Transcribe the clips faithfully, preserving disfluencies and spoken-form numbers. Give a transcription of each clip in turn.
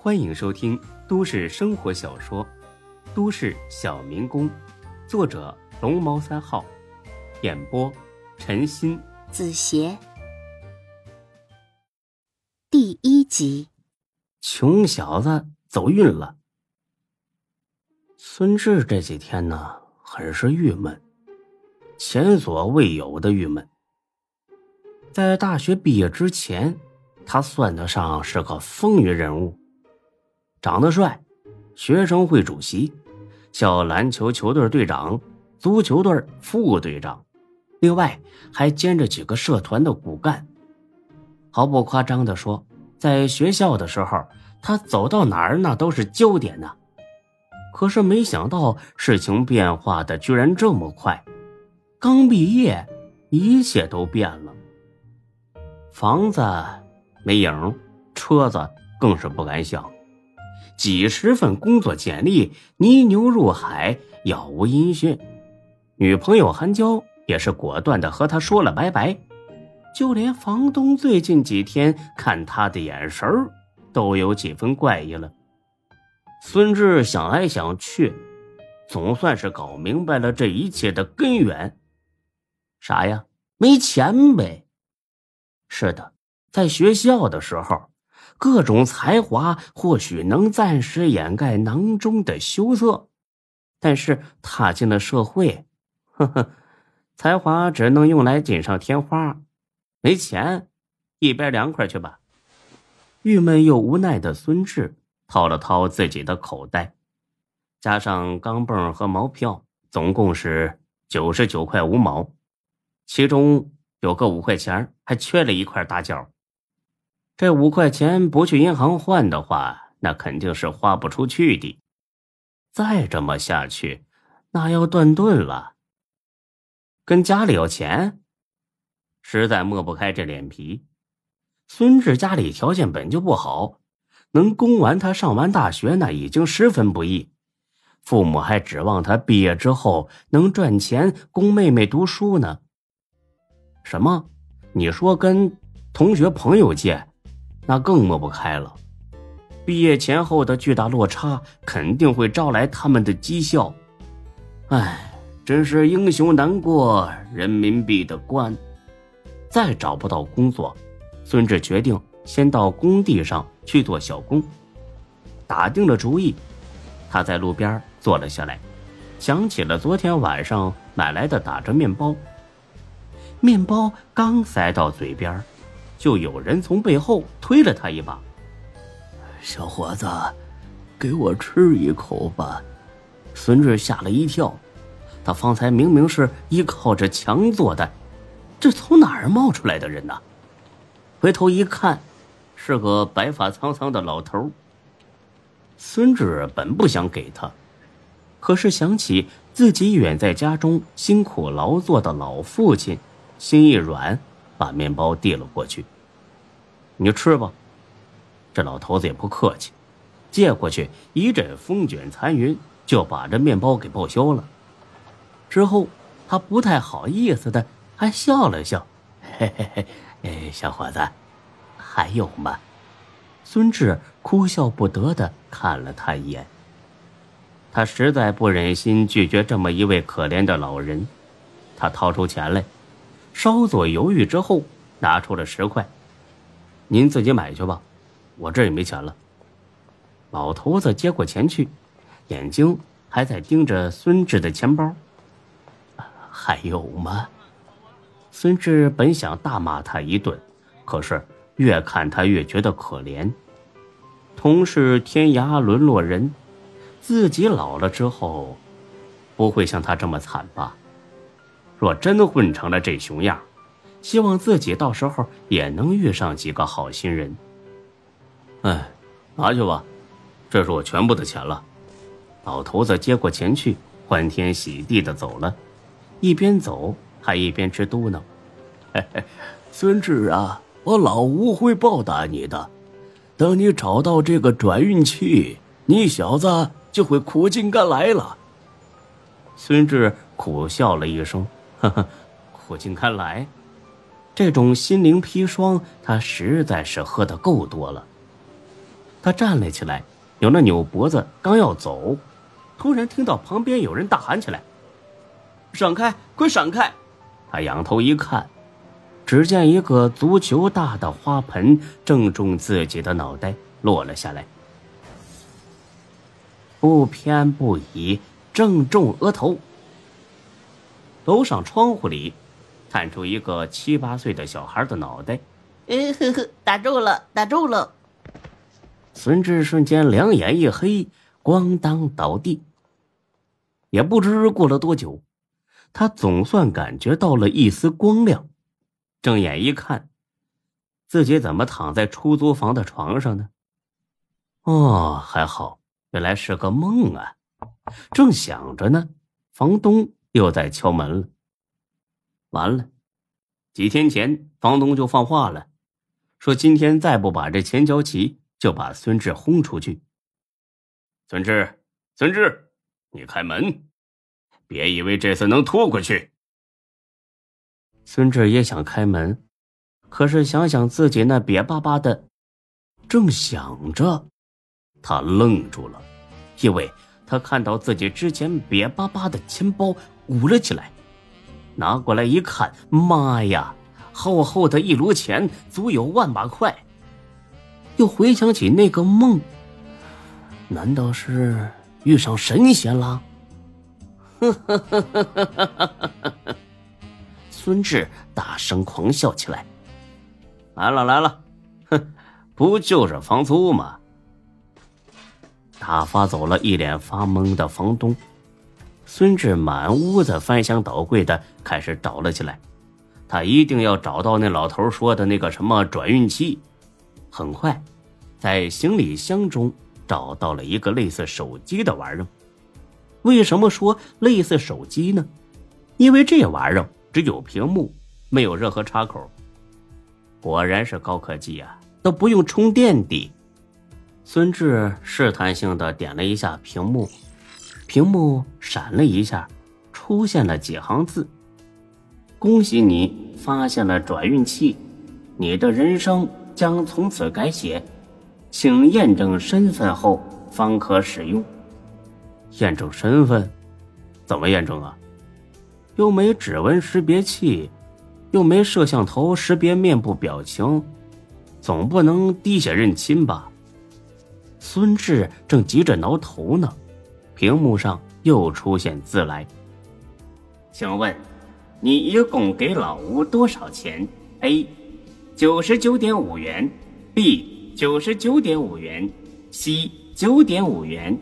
欢迎收听都市生活小说《都市小民工》，作者龙猫三号，演播陈鑫、 子邪。第一集。 穷小子走运了。孙志这几天呢，很是郁闷，前所未有的郁闷。在大学毕业之前，他算得上是个风云人物，长得帅，学生会主席，校篮球球队队长，足球队副队长，另外还兼着几个社团的骨干。毫不夸张地说，在学校的时候，他走到哪儿那都是焦点呢。可是没想到事情变化的居然这么快，刚毕业一切都变了。房子没影，车子更是不敢想，几十份工作简历泥牛入海，杳无音讯。女朋友韩娇也是果断地和他说了拜拜，就连房东最近几天看他的眼神都有几分怪异了。孙志想来想去，总算是搞明白了这一切的根源。啥呀？没钱呗。是的，在学校的时候，各种才华或许能暂时掩盖囊中的羞涩，但是踏进了社会，呵呵，才华只能用来锦上添花，没钱，一边凉快去吧。郁闷又无奈的孙志掏了掏自己的口袋，加上钢镚和毛票，总共是九十九块五毛，其中有个五块钱还缺了一块大角。这五块钱不去银行换的话，那肯定是花不出去的。再这么下去，那要断顿了。跟家里要钱，实在抹不开这脸皮。孙志家里条件本就不好，能供完他上完大学那已经十分不易，父母还指望他毕业之后能赚钱供妹妹读书呢。什么？你说跟同学朋友借，那更抹不开了。毕业前后的巨大落差肯定会招来他们的讥笑。唉，真是英雄难过人民币的关。再找不到工作，孙志决定先到工地上去做小工。打定了主意，他在路边坐了下来，想起了昨天晚上买来的打着面包。面包刚塞到嘴边，就有人从背后推了他一把。小伙子，给我吃一口吧。孙志吓了一跳，他方才明明是依靠着墙坐的，这从哪儿冒出来的人呢？回头一看，是个白发苍苍的老头。孙志本不想给他，可是想起自己远在家中辛苦劳作的老父亲，心一软，把面包递了过去。你吃吧。这老头子也不客气，接过去一阵风卷残云，就把这面包给报销了。之后他不太好意思的还笑了笑，嘿嘿嘿，哎，小伙子，还有吗？孙志哭笑不得的看了他一眼，他实在不忍心拒绝这么一位可怜的老人。他掏出钱来，稍作犹豫之后拿出了十块。您自己买去吧，我这也没钱了。老头子接过钱去，眼睛还在盯着孙志的钱包。还有吗？孙志本想大骂他一顿，可是越看他越觉得可怜。同是天涯沦落人，自己老了之后不会像他这么惨吧？若真混成了这熊样，希望自己到时候也能遇上几个好心人。哎，拿去吧，这是我全部的钱了。老头子接过钱去，欢天喜地的走了，一边走还一边直嘟囔：嘿嘿，孙志啊，我老吴会报答你的。等你找到这个转运器，你小子就会苦尽甘来了。孙志苦笑了一声，呵呵，苦尽甘来，这种心灵砒霜他实在是喝得够多了。 他站了起来，扭了扭脖子，刚要走，突然听到旁边有人大喊起来：“闪开，快闪开！”他仰头一看，只见一个足球大的花盆正中自己的脑袋落了下来，不偏不倚，正中额头。楼上窗户里探出一个七八岁的小孩的脑袋， 呃呵呵，打中了，打中了！ 孙志瞬间两眼一黑，咣当倒地。也不知过了多久，他总算感觉到了一丝光亮，睁眼一看，自己怎么躺在出租房的床上呢？哦，还好，原来是个梦啊！正想着呢，房东又在敲门了。完了，几天前房东就放话了，说今天再不把这钱交齐，就把孙志轰出去。孙志，孙志，你开门，别以为这次能拖过去。孙志也想开门，可是想想自己那瘪巴巴的，正想着，他愣住了，因为他看到自己之前瘪巴巴的钱包鼓了起来，拿过来一看，妈呀，厚厚的一摞钱，足有万把块。又回想起那个梦，难道是遇上神仙了？孙志大声狂笑起来。来了来了，哼，不就是房租吗？打发走了一脸发懵的房东，孙志满屋子翻箱倒柜的开始找了起来。他一定要找到那老头说的那个什么转运器。很快在行李箱中找到了一个类似手机的玩意儿。为什么说类似手机呢？因为这玩意儿只有屏幕，没有任何插口。果然是高科技啊，都不用充电的。孙志试探性的点了一下屏幕，屏幕闪了一下，出现了几行字：恭喜你发现了转运器，你的人生将从此改写，请验证身份后方可使用。验证身份？怎么验证啊？又没指纹识别器，又没摄像头识别面部表情，总不能滴血认亲吧？孙志正急着挠头呢，屏幕上又出现字来：请问你一共给老吴多少钱？ A 九十九点五元， B 九十九点五元， C 九点五元，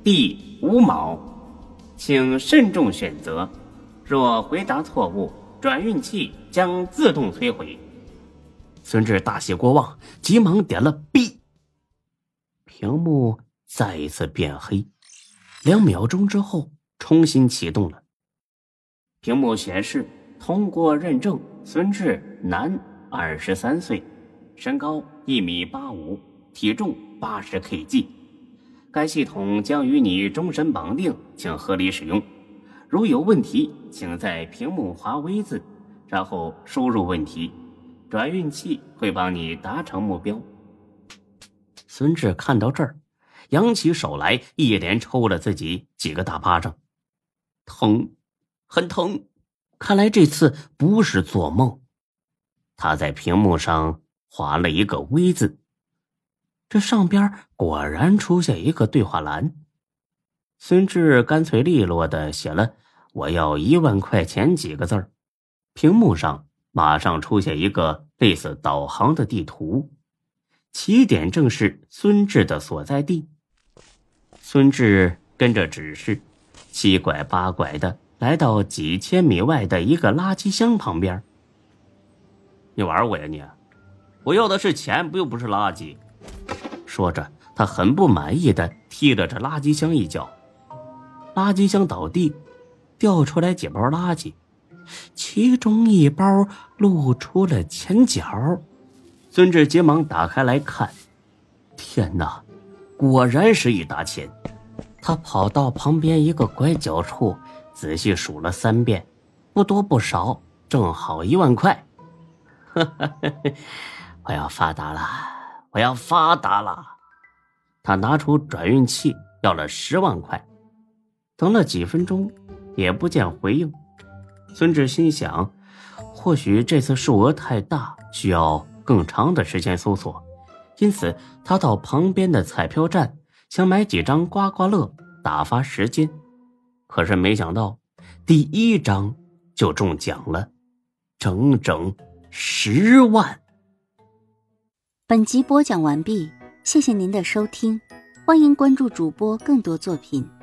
D 五毛，请慎重选择，若回答错误，转运器将自动摧毁。孙志大喜过望，急忙点了 B。 屏幕再一次变黑，两秒钟之后重新启动了。屏幕显示通过认证，孙志，男，二十三岁，身高一米八五，体重八十 K G。该系统将与你终身绑定，请合理使用。如有问题，请在屏幕划 V 字，然后输入问题，转运器会帮你达成目标。孙志看到这儿，扬起手来，一连抽了自己几个大巴掌，疼，很疼。看来这次不是做梦。他在屏幕上划了一个 V 字，这上边果然出现一个对话栏。孙志干脆利落地写了我要一万块钱几个字儿，屏幕上马上出现一个类似导航的地图，起点正是孙志的所在地。孙志跟着指示，七拐八拐的来到几千米外的一个垃圾箱旁边。你玩我呀你？我要的是钱，又不是垃圾。说着，他很不满意的踢了这垃圾箱一脚，垃圾箱倒地，掉出来几包垃圾，其中一包露出了钱角。孙志急忙打开来看，天哪，果然是一沓钱。他跑到旁边一个拐角处，仔细数了三遍，不多不少，正好一万块。我要发达了，我要发达了。 他拿出转运器要了十万块，等了几分钟也不见回应。孙志心想，或许这次数额太大，需要更长的时间搜索，因此他到旁边的彩票站想买几张刮刮乐打发时间。可是没想到第一张就中奖了，整整十万。 本集播讲完毕，谢谢您的收听，欢迎关注主播更多作品。